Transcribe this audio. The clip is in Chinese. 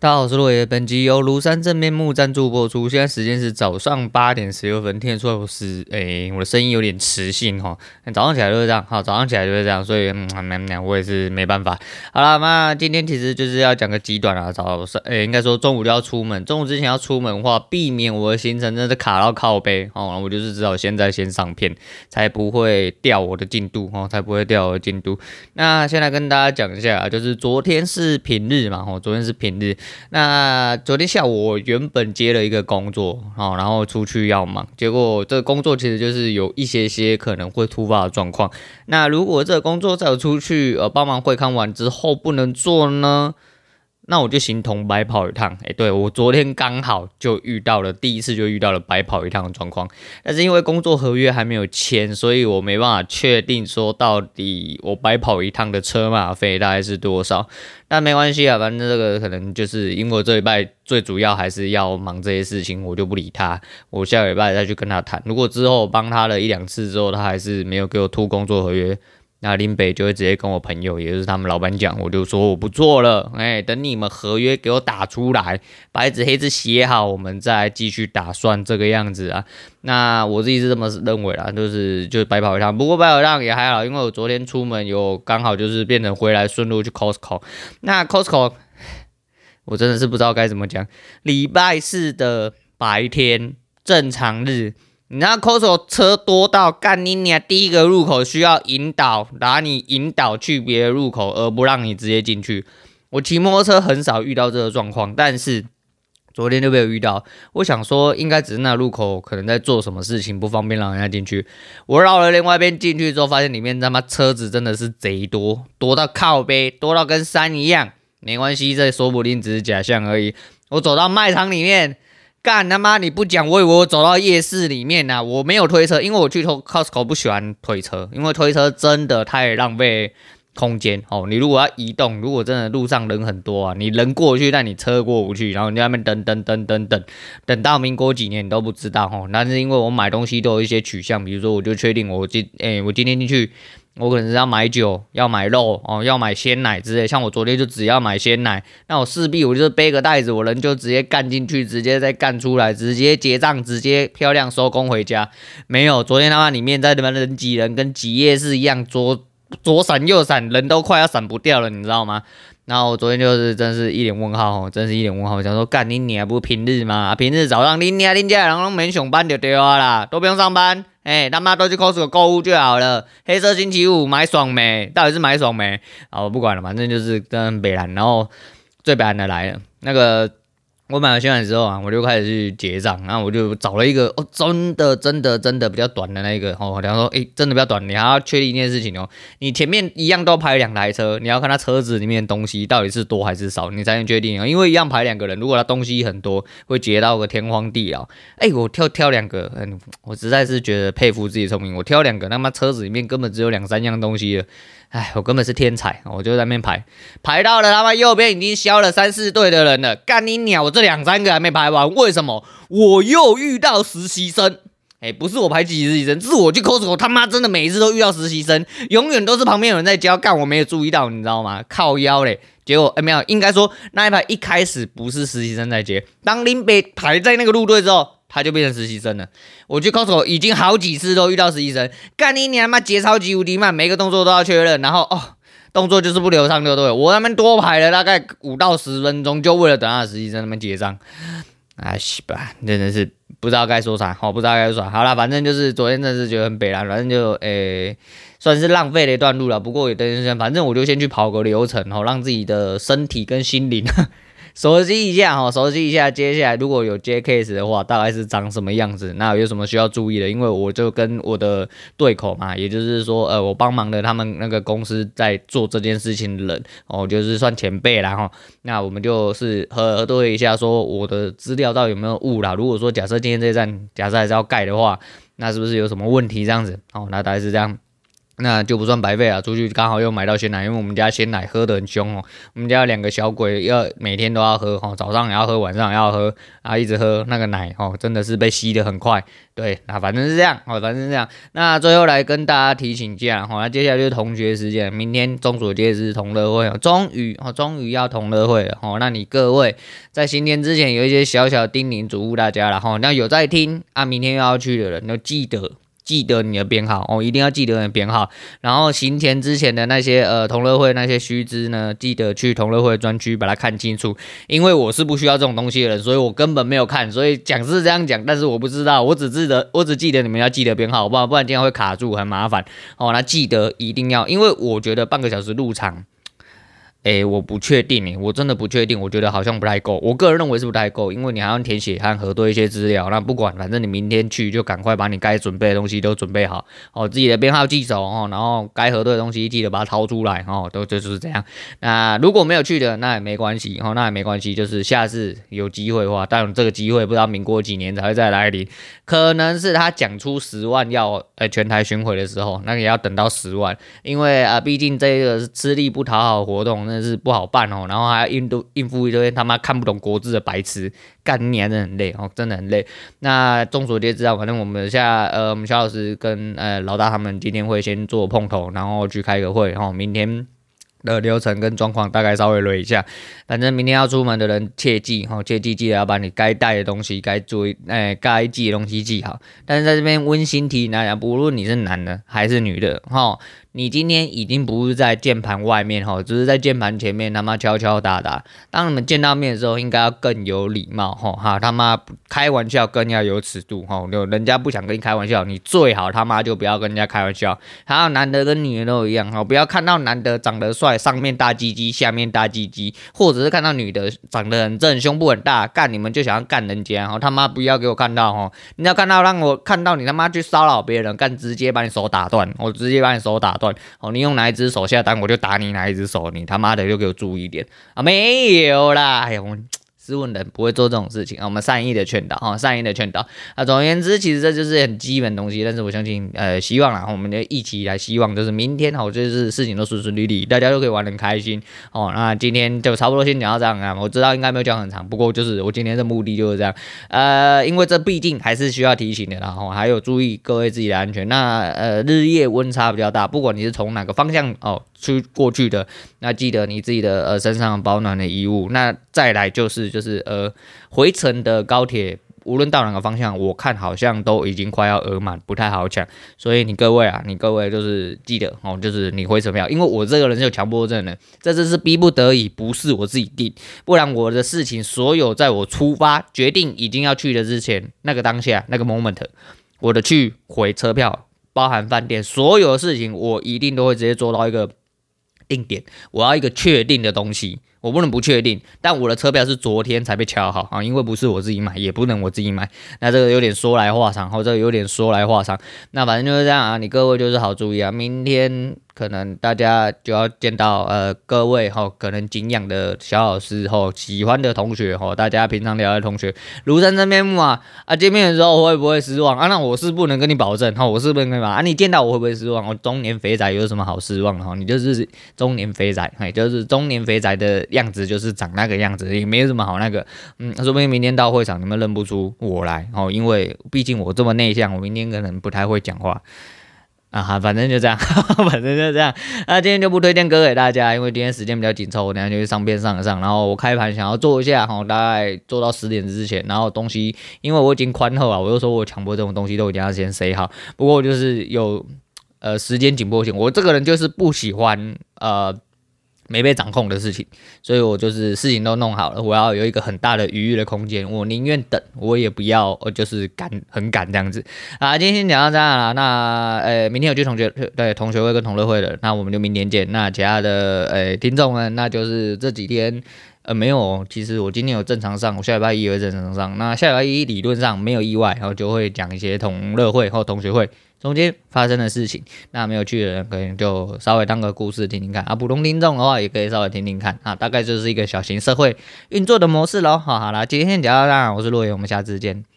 大家好，我是洛爷。本集由庐山真面目赞助播出。现在时间是早上8点16分，听得出来我的声音有点迟性哈。早上起来就是这样，好，早上起来就是这样，所以我也是没办法。好啦，那今天其实就是要讲个极短啊，应该说中午就要出门，中午之前要出门的话，避免我的行程真的卡到靠背哦，我就是只好先上片，才不会掉我的进度哦，才不会掉我的进度。那先来跟大家讲一下，就是昨天是平日嘛，昨天是平日。那昨天下午我原本接了一个工作，然后出去要忙，结果这个工作其实就是有一些可能会突发的状况。那如果这个工作在我出去帮忙会看完之后不能做呢？那我就形同白跑一趟。对，我昨天刚好就第一次就遇到了白跑一趟的状况，但是因为工作合约还没有签，所以我没办法确定说到底我白跑一趟的车马费大概是多少。但没关系啊，反正这个可能就是因为我这礼拜最主要还是要忙这些事情，我就不理他，我下个礼拜再去跟他谈。如果之后帮他了1-2次之后，他还是没有给我吐工作合约，那林北就会直接跟我朋友，也就是他们老板讲，我就说我不做了，等你们合约给我打出来，白纸黑字写好，我们再继续打算这个样子啊。那我自己是这么认为啦，就是白跑一趟，不过白跑一趟也还好，因为我昨天出门有刚好就是变成回来顺路去 Costco， 那 Costco 我真的是不知道该怎么讲，礼拜四的白天正常日。你知道 Costco 车多到干你娘，第一个入口需要把你引导去别的入口，而不让你直接进去。我骑摩托车很少遇到这个状况，但是昨天就被我遇到。我想说应该只是那入口可能在做什么事情不方便让人家进去。我绕了另外一边进去之后，发现里面他妈车子真的是贼多，多到靠背，多到跟山一样。没关系，这说不定只是假象而已。我走到卖场里面。干他妈！你不讲，我以为我走到夜市里面啊！我没有推车，因为我去Costco 不喜欢推车，因为推车真的太浪费空间哦。你如果要移动，如果真的路上人很多啊，你人过去，但你车过不去，然后你在那边等到民国几年你都不知道哦。但是因为我买东西都有一些取向，比如说我就确定我今天进去。我可能是要买酒，要买肉哦，要买鲜奶之类。像我昨天就只要买鲜奶，那我势必我就是背个袋子，我人就直接干进去，直接再干出来，直接结账，直接漂亮收工回家。没有，昨天他妈里面在那边人挤人，跟挤夜市一样，左闪右闪，人都快要闪不掉了，你知道吗？然后我昨天就是真是一脸问号哦，真是一脸问号。我想说，干你娘，不是平日吗？平日早上你家人都没上班就对了啦，都不用上班，他妈都去 Costco 购物就好了。黑色星期五买爽没？到底是买爽没？啊，我不管了，反正就是真的北蓝。然后最北蓝的来了，那个。我买了鲜奶之后啊，我就开始去结账，然后我就找了一个真的比较短的那一个哦，然后说真的比较短，你还要确定一件事情哦，你前面一样都排2台车，你要看他车子里面的东西到底是多还是少，你才能确定哦，因为一样排2个人，如果他东西很多，会结到个天荒地老。我挑2个，我实在是觉得佩服自己聪明，我挑2个，他妈车子里面根本只有2-3样东西了。我根本是天才，我就在那边排到了他妈右边已经消了3-4队的人了，干你鸟！我这2-3个还没排完，为什么？我又遇到实习生，不是我排挤实习生，是我去 Costco 他妈真的每一次都遇到实习生，永远都是旁边有人在教，干我没有注意到，你知道吗？靠腰嘞！结果没有，应该说那一排一开始不是实习生在接，当林北排在那个路队之后。他就变成实习生了。我去 Costco 已经好几次都遇到实习生，干你娘妈节超级无敌慢，每个动作都要确认，然后动作就是不流畅就对了。我那边多排了大概5到10分钟，就为了等他的实习生那边结账。西吧，真的是不知道该说啥，不知道该说啥。好啦，反正就是昨天真的是觉得很北蓝，反正就算是浪费了一段路了。不过也等一下，反正我就先去跑个流程让自己的身体跟心灵。熟悉一下，接下来如果有接 case 的话，大概是长什么样子？那有什么需要注意的？因为我就跟我的对口嘛，也就是说，我帮忙的他们那个公司在做这件事情的人，就是算前辈啦那我们就是核对一下，说我的资料到底有没有误啦？如果说假设今天这一站假设还是要盖的话，那是不是有什么问题这样子？那大概是这样。 那就不算白费啊，出去刚好又买到鲜奶，因为我们家鲜奶喝得很凶哦，我们家2个小鬼要每天都要喝哦，早上也要喝，晚上也要喝啊，一直喝那个奶哦，真的是被吸得很快。对，那反正是这样哦，反正是这样。那最后来跟大家提醒一下哦，那接下来就是同学时间，明天众所皆知同乐会哦，终于要同乐会了哦。那你各位在新年之前有一些小小叮咛嘱咐大家了哈，那有在听啊，明天又要去的人，要记得你的编号哦，一定要记得你的编号。然后行前之前的那些同乐会那些须知呢，记得去同乐会专区把它看清楚。因为我是不需要这种东西的人，所以我根本没有看。所以讲是这样讲，但是我不知道，我只记得你们要记得编号，不然今天会卡住，很麻烦哦。那记得一定要，因为我觉得半个小时入场。我不确定我真的不确定，我觉得好像不太够，我个人认为是不太够，因为你还要填写和核对一些资料，那不管，反正你明天去就赶快把你该准备的东西都准备好哦，自己的编号记熟哦，然后该核对的东西记得把它掏出来哦，就是这样。那如果没有去的，那也没关系哦，那也没关系，就是下次有机会的话，当然这个机会不知道民国几年才会再来临，可能是他讲出10万要全台巡回的时候，那个也要等到10万，因为毕竟这个是吃力不讨好活动。真的是不好办哦，然后还要应付一堆他妈看不懂国字的白痴，干你还真的很累哦，真的很累。那众所皆知啊，反正我们我们肖老师跟老大他们今天会先做碰头，然后去开个会，然后明天的流程跟状况大概稍微捋一下。反正明天要出门的人切记记得要把你该带的东西、该记的东西记好。但是在这边温馨提醒大家，不论你是男的还是女的你今天已经不是在键盘外面只是在键盘前面他妈敲敲打打。当你们见到面的时候，应该要更有礼貌他妈开玩笑更要有尺度人家不想跟你开玩笑，你最好他妈就不要跟人家开玩笑。还有男的跟女的都一样不要看到男的长得帅，上面大鸡鸡，下面大鸡鸡，或者是看到女的长得很正，胸部很大，干你们就想要干人家他妈不要给我看到你要看到让我看到你他妈去骚扰别人，干直接把你手打断，我直接把你手打断。你用哪一只手下单，我就打你哪一只手，你他妈的就给我注意一点没有啦，哎呀，我斯文人不会做这种事情我们善意的劝导善意的劝导总而言之，其实这就是很基本的东西，但是我相信希望啦，我们就一起来希望，就是明天就是事情都顺顺利利，大家都可以玩得很开心那今天就差不多先讲到这样我知道应该没有讲很长，不过就是我今天的目的就是这样因为这毕竟还是需要提醒的啦还有注意各位自己的安全。那日夜温差比较大，不管你是从哪个方向过去的，那记得你自己的身上保暖的衣物。那再来就是回程的高铁，无论到哪个方向，我看好像都已经快要额满，不太好抢。所以你各位就是记得就是你回程票，因为我这个人是有强迫症的，这次是逼不得已，不是我自己定，不然我的事情所有在我出发决定已经要去的之前，那个当下那个 moment， 我的去回车票，包含饭店，所有的事情我一定都会直接做到一个定点，我要一个确定的东西，我不能不确定。但我的车票是昨天才被敲好因为不是我自己买，也不能我自己买。那这个有点说来话长这个有点说来话长。那反正就是这样你各位就是好注意明天可能大家就要见到各位可能敬仰的小老师喜欢的同学大家平常聊的同学，庐山真面目见面的时候会不会失望那我是不能跟你保证我是不能跟你保证你见到我会不会失望中年肥仔有什么好失望的你就是中年肥仔就是中年肥仔的样子，就是长那个样子，也没有什么好那个说不定明天到会场你们认不出我来因为毕竟我这么内向，我明天可能不太会讲话反正就这样反正就这样今天就不推荐歌给大家，因为今天时间比较紧凑，我等一下就去上片上，然后我开盘想要做一下大概做到10点之前，然后东西因为我已经宽厚了，我就说我强迫这种东西都一定要先塞好，不过就是有时间紧迫性，我这个人就是不喜欢没被掌控的事情，所以我就是事情都弄好了，我要有一个很大的余裕的空间，我宁愿等，我也不要就是很赶这样子今天先讲到这样啦。那明天有去同学会跟同乐会的，那我们就明天见。那其他的听众们，那就是这几天没有，其实我今天有正常上，我下礼拜一也会正常上。那下礼拜一理论上没有意外，然后就会讲一些同乐会或同学会中间发生的事情。那没有去的人可能就稍微当个故事听听看普通听众的话也可以稍微听听看大概就是一个小型社会运作的模式咯好啦，今天讲到这，我是洛言，我们下次见。